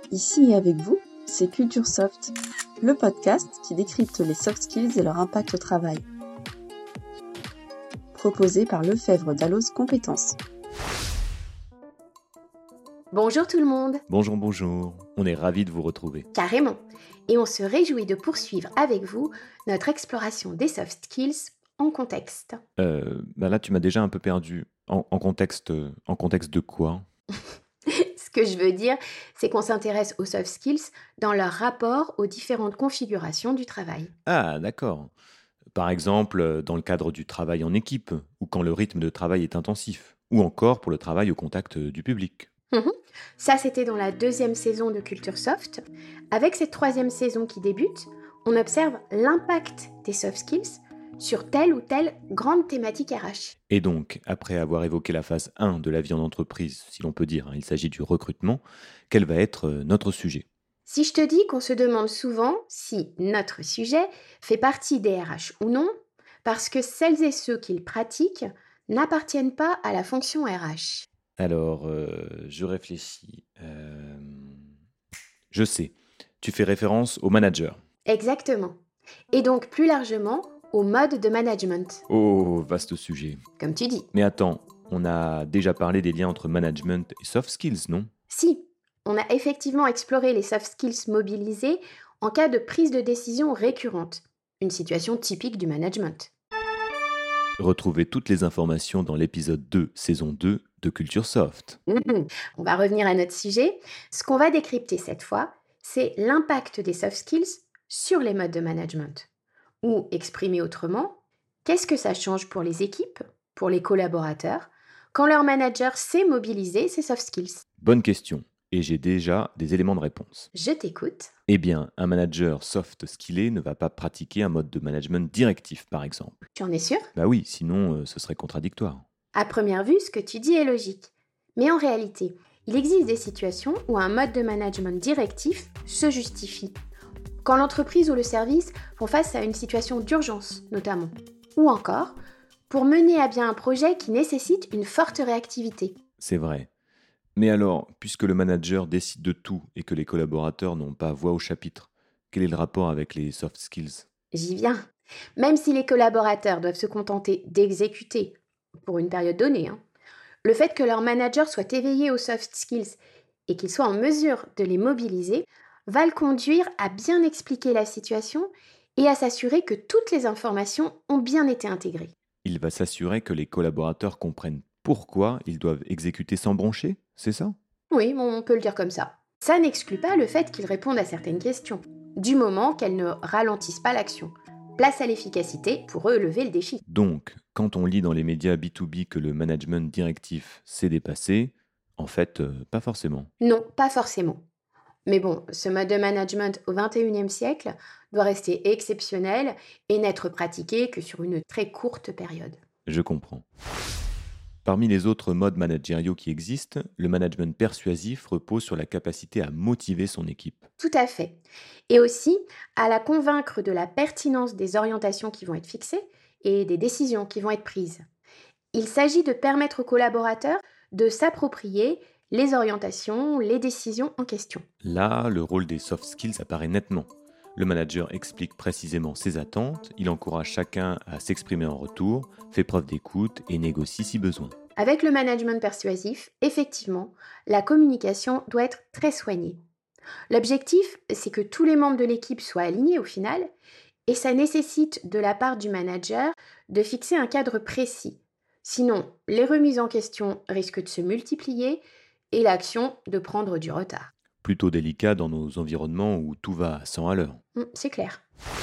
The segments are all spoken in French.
Ici et avec vous, c'est Culture Soft, le podcast qui décrypte les soft skills et leur impact au travail. Proposé par Lefebvre Dalloz Compétences. Bonjour tout le monde. Bonjour. On est ravis de vous retrouver. Carrément. Et on se réjouit de poursuivre avec vous notre exploration des soft skills en contexte. Là, tu m'as déjà un peu perdu. En contexte de quoi ? Ce que je veux dire, c'est qu'on s'intéresse aux soft skills dans leur rapport aux différentes configurations du travail. Ah, d'accord. Par exemple, dans le cadre du travail en équipe, ou quand le rythme de travail est intensif, ou encore pour le travail au contact du public. Ça, c'était dans la 2e saison de Culture Soft. Avec cette 3e saison qui débute, on observe l'impact des soft skills sur telle ou telle grande thématique RH. Et donc, après avoir évoqué la phase 1 de la vie en entreprise, si l'on peut dire, il s'agit du recrutement, quel va être notre sujet ? Si je te dis qu'on se demande souvent si notre sujet fait partie des RH ou non, parce que celles et ceux qui le pratiquent n'appartiennent pas à la fonction RH. Alors, je réfléchis. Je sais, tu fais référence au manager. Exactement. Et donc plus largement au mode de management, Oh, vaste sujet. comme tu dis. Mais attends, on a déjà parlé des liens entre management et soft skills, non ? Si, on a effectivement exploré les soft skills mobilisés en cas de prise de décision récurrente, une situation typique du management. Retrouvez toutes les informations dans l'épisode 2, saison 2 de Culture Soft. On va revenir à notre sujet. Ce qu'on va décrypter cette fois, c'est l'impact des soft skills sur les modes de management. Ou, exprimé autrement, qu'est-ce que ça change pour les équipes, pour les collaborateurs, quand leur manager sait mobiliser ces soft skills ? Bonne question, et j'ai déjà des éléments de réponse. Je t'écoute. Eh bien, un manager soft skillé ne va pas pratiquer un mode de management directif, par exemple. Tu en es sûr ? Bah oui, sinon ce serait contradictoire. À première vue, ce que tu dis est logique. Mais en réalité, il existe des situations où un mode de management directif se justifie. Quand l'entreprise ou le service font face à une situation d'urgence, notamment. Ou encore, pour mener à bien un projet qui nécessite une forte réactivité. C'est vrai. Mais alors, puisque le manager décide de tout et que les collaborateurs n'ont pas voix au chapitre, quel est le rapport avec les soft skills ? J'y viens. Même si les collaborateurs doivent se contenter d'exécuter, pour une période donnée, le fait que leur manager soit éveillé aux soft skills et qu'il soit en mesure de les mobiliser va le conduire à bien expliquer la situation et à s'assurer que toutes les informations ont bien été intégrées. Il va s'assurer que les collaborateurs comprennent pourquoi ils doivent exécuter sans broncher, c'est ça ? Oui, on peut le dire comme ça. Ça n'exclut pas le fait qu'ils répondent à certaines questions, du moment qu'elles ne ralentissent pas l'action. Place à l'efficacité pour relever le défi. Donc, quand on lit dans les médias B2B que le management directif s'est dépassé, en fait, pas forcément. Non, pas forcément. Mais bon, ce mode de management au XXIe siècle doit rester exceptionnel et n'être pratiqué que sur une très courte période. Je comprends. Parmi les autres modes managériaux qui existent, le management persuasif repose sur la capacité à motiver son équipe. Tout à fait. Et aussi à la convaincre de la pertinence des orientations qui vont être fixées et des décisions qui vont être prises. Il s'agit de permettre aux collaborateurs de s'approprier les orientations, les décisions en question. Là, le rôle des soft skills apparaît nettement. Le manager explique précisément ses attentes, il encourage chacun à s'exprimer en retour, fait preuve d'écoute et négocie si besoin. Avec le management persuasif, effectivement, la communication doit être très soignée. L'objectif, c'est que tous les membres de l'équipe soient alignés au final, et ça nécessite de la part du manager de fixer un cadre précis. Sinon, les remises en question risquent de se multiplier et l'action de prendre du retard. Plutôt délicat dans nos environnements où tout va à 100 à l'heure. C'est clair.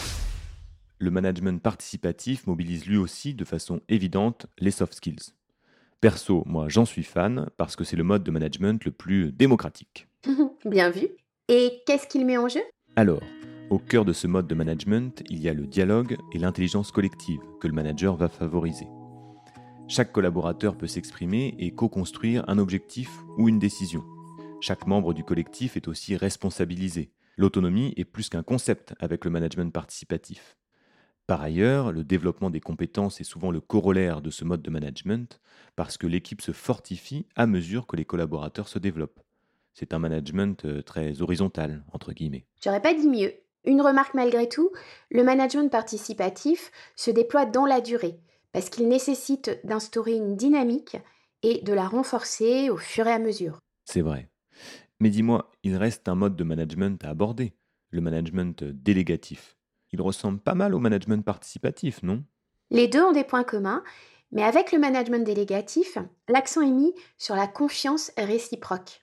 Le management participatif mobilise lui aussi de façon évidente les soft skills. Perso, moi j'en suis fan parce que c'est le mode de management le plus démocratique. Bien vu. Et qu'est-ce qu'il met en jeu ? Alors, au cœur de ce mode de management, il y a le dialogue et l'intelligence collective que le manager va favoriser. Chaque collaborateur peut s'exprimer et co-construire un objectif ou une décision. Chaque membre du collectif est aussi responsabilisé. L'autonomie est plus qu'un concept avec le management participatif. Par ailleurs, le développement des compétences est souvent le corollaire de ce mode de management parce que l'équipe se fortifie à mesure que les collaborateurs se développent. C'est un management très horizontal, entre guillemets. J'aurais pas dit mieux. Une remarque malgré tout, le management participatif se déploie dans la durée parce qu'il nécessite d'instaurer une dynamique et de la renforcer au fur et à mesure. C'est vrai. Mais dis-moi, il reste un mode de management à aborder, le management délégatif. Il ressemble pas mal au management participatif, non? Les deux ont des points communs, mais avec le management délégatif, l'accent est mis sur la confiance réciproque.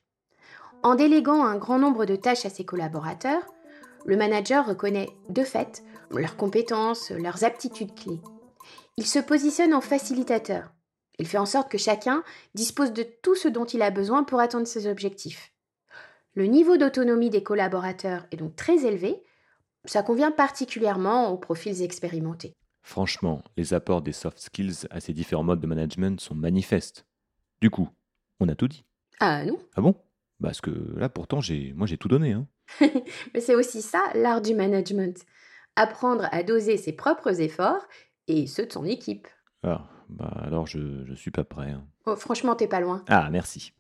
En déléguant un grand nombre de tâches à ses collaborateurs, le manager reconnaît de fait leurs compétences, leurs aptitudes clés. Il se positionne en facilitateur. Il fait en sorte que chacun dispose de tout ce dont il a besoin pour atteindre ses objectifs. Le niveau d'autonomie des collaborateurs est donc très élevé. Ça convient particulièrement aux profils expérimentés. Franchement, les apports des soft skills à ces différents modes de management sont manifestes. Du coup, on a tout dit. Ah non. Ah bon? Parce que là, pourtant, moi j'ai tout donné, hein. Mais c'est aussi ça l'art du management. Apprendre à doser ses propres efforts et ceux de son équipe. Ah, bah alors je suis pas prêt, hein. Oh, franchement, t'es pas loin. Ah, merci.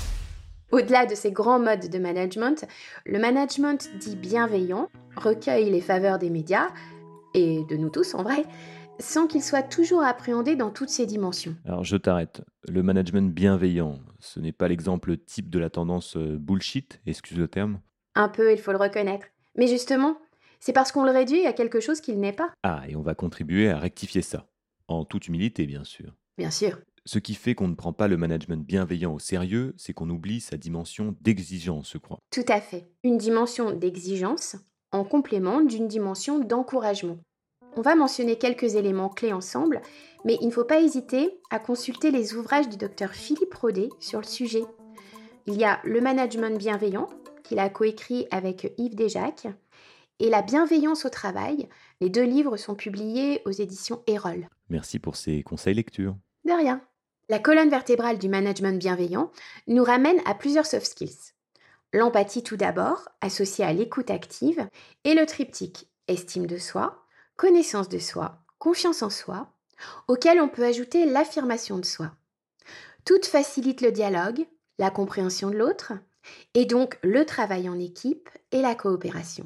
Au-delà de ces grands modes de management, le management dit bienveillant recueille les faveurs des médias, et de nous tous en vrai, sans qu'il soit toujours appréhendé dans toutes ses dimensions. Alors je t'arrête. Le management bienveillant, ce n'est pas l'exemple type de la tendance bullshit, excuse le terme. Un peu, il faut le reconnaître. Mais justement, c'est parce qu'on le réduit à quelque chose qu'il n'est pas. Ah, et on va contribuer à rectifier ça. En toute humilité, bien sûr. Bien sûr. Ce qui fait qu'on ne prend pas le management bienveillant au sérieux, c'est qu'on oublie sa dimension d'exigence, je crois. Tout à fait. Une dimension d'exigence en complément d'une dimension d'encouragement. On va mentionner quelques éléments clés ensemble, mais il ne faut pas hésiter à consulter les ouvrages du docteur Philippe Rodet sur le sujet. Il y a Le management bienveillant, qu'il a coécrit avec Yves Desjacques, et La bienveillance au travail. Les deux livres sont publiés aux éditions Erol. Merci pour ces conseils lecture. De rien. La colonne vertébrale du management bienveillant nous ramène à plusieurs soft skills. L'empathie tout d'abord, associée à l'écoute active, et le triptyque estime de soi, connaissance de soi, confiance en soi, auquel on peut ajouter l'affirmation de soi. Toutes facilitent le dialogue, la compréhension de l'autre, et donc le travail en équipe et la coopération.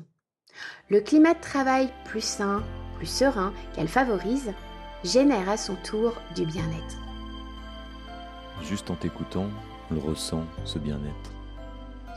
Le climat de travail plus sain, plus serein qu'elle favorise, génère à son tour du bien-être. Juste en t'écoutant, on le ressent, ce bien-être.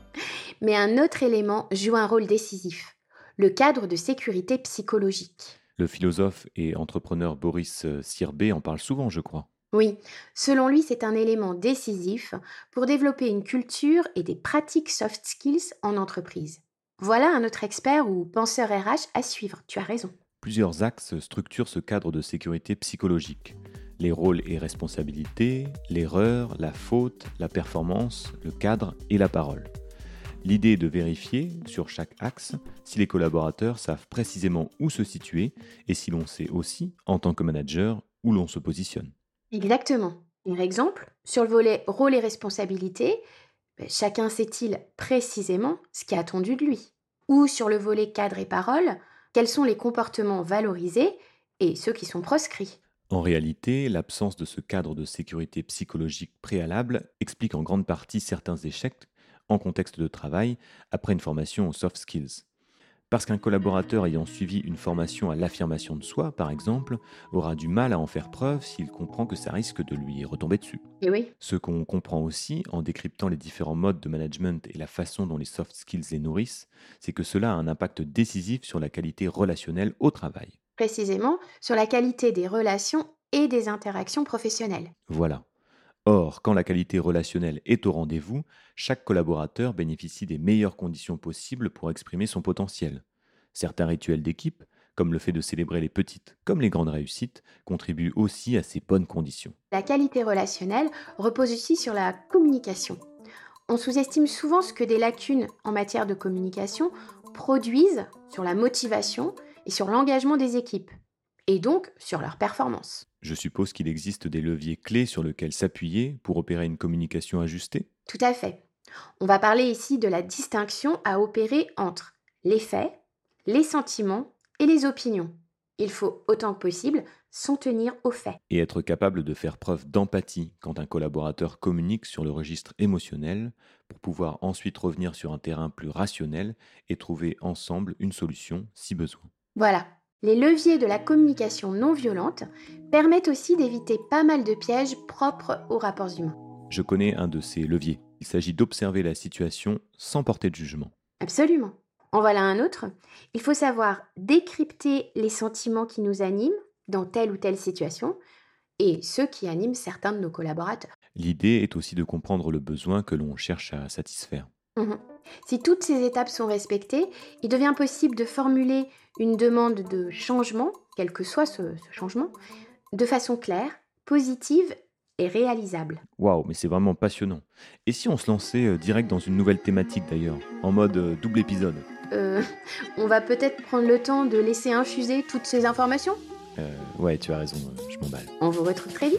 Mais un autre élément joue un rôle décisif, le cadre de sécurité psychologique. Le philosophe et entrepreneur Boris Cyrulnik en parle souvent, je crois. Oui, selon lui, c'est un élément décisif pour développer une culture et des pratiques soft skills en entreprise. Voilà un autre expert ou penseur RH à suivre, tu as raison. Plusieurs axes structurent ce cadre de sécurité psychologique. Les rôles et responsabilités, l'erreur, la faute, la performance, le cadre et la parole. L'idée est de vérifier, sur chaque axe, si les collaborateurs savent précisément où se situer et si l'on sait aussi, en tant que manager, où l'on se positionne. Exactement. Un exemple, sur le volet rôle et responsabilité, chacun sait-il précisément ce qui est attendu de lui? Ou sur le volet cadre et parole, quels sont les comportements valorisés et ceux qui sont proscrits? En réalité, l'absence de ce cadre de sécurité psychologique préalable explique en grande partie certains échecs en contexte de travail après une formation aux soft skills. Parce qu'un collaborateur ayant suivi une formation à l'affirmation de soi, par exemple, aura du mal à en faire preuve s'il comprend que ça risque de lui retomber dessus. Et oui, Ce qu'on comprend aussi en décryptant les différents modes de management et la façon dont les soft skills les nourrissent, c'est que cela a un impact décisif sur la qualité relationnelle au travail. précisément sur la qualité des relations et des interactions professionnelles. Voilà. Or, quand la qualité relationnelle est au rendez-vous, chaque collaborateur bénéficie des meilleures conditions possibles pour exprimer son potentiel. Certains rituels d'équipe, comme le fait de célébrer les petites comme les grandes réussites, contribuent aussi à ces bonnes conditions. La qualité relationnelle repose aussi sur la communication. On sous-estime souvent ce que des lacunes en matière de communication produisent sur la motivation et sur l'engagement des équipes, et donc sur leur performance. Je suppose qu'il existe des leviers clés sur lesquels s'appuyer pour opérer une communication ajustée. Tout à fait. On va parler ici de la distinction à opérer entre les faits, les sentiments et les opinions. Il faut autant que possible s'en tenir aux faits. Et être capable de faire preuve d'empathie quand un collaborateur communique sur le registre émotionnel pour pouvoir ensuite revenir sur un terrain plus rationnel et trouver ensemble une solution si besoin. Voilà, les leviers de la communication non violente permettent aussi d'éviter pas mal de pièges propres aux rapports humains. Je connais un de ces leviers. Il s'agit d'observer la situation sans porter de jugement. Absolument. En voilà un autre. Il faut savoir décrypter les sentiments qui nous animent dans telle ou telle situation et ceux qui animent certains de nos collaborateurs. L'idée est aussi de comprendre le besoin que l'on cherche à satisfaire. Mhm. Si toutes ces étapes sont respectées, il devient possible de formuler une demande de changement, quel que soit ce changement, de façon claire, positive et réalisable. Waouh, mais c'est vraiment passionnant. Et si on se lançait direct dans une nouvelle thématique d'ailleurs, en mode double épisode? On va peut-être prendre le temps de laisser infuser toutes ces informations. Ouais, tu as raison, je m'emballe. On vous retrouve très vite.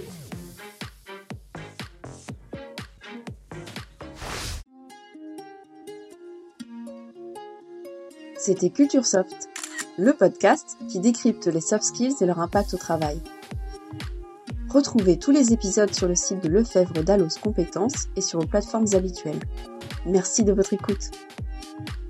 C'était Culture Soft, le podcast qui décrypte les soft skills et leur impact au travail. Retrouvez tous les épisodes sur le site de Lefebvre Dalloz Compétences et sur vos plateformes habituelles. Merci de votre écoute.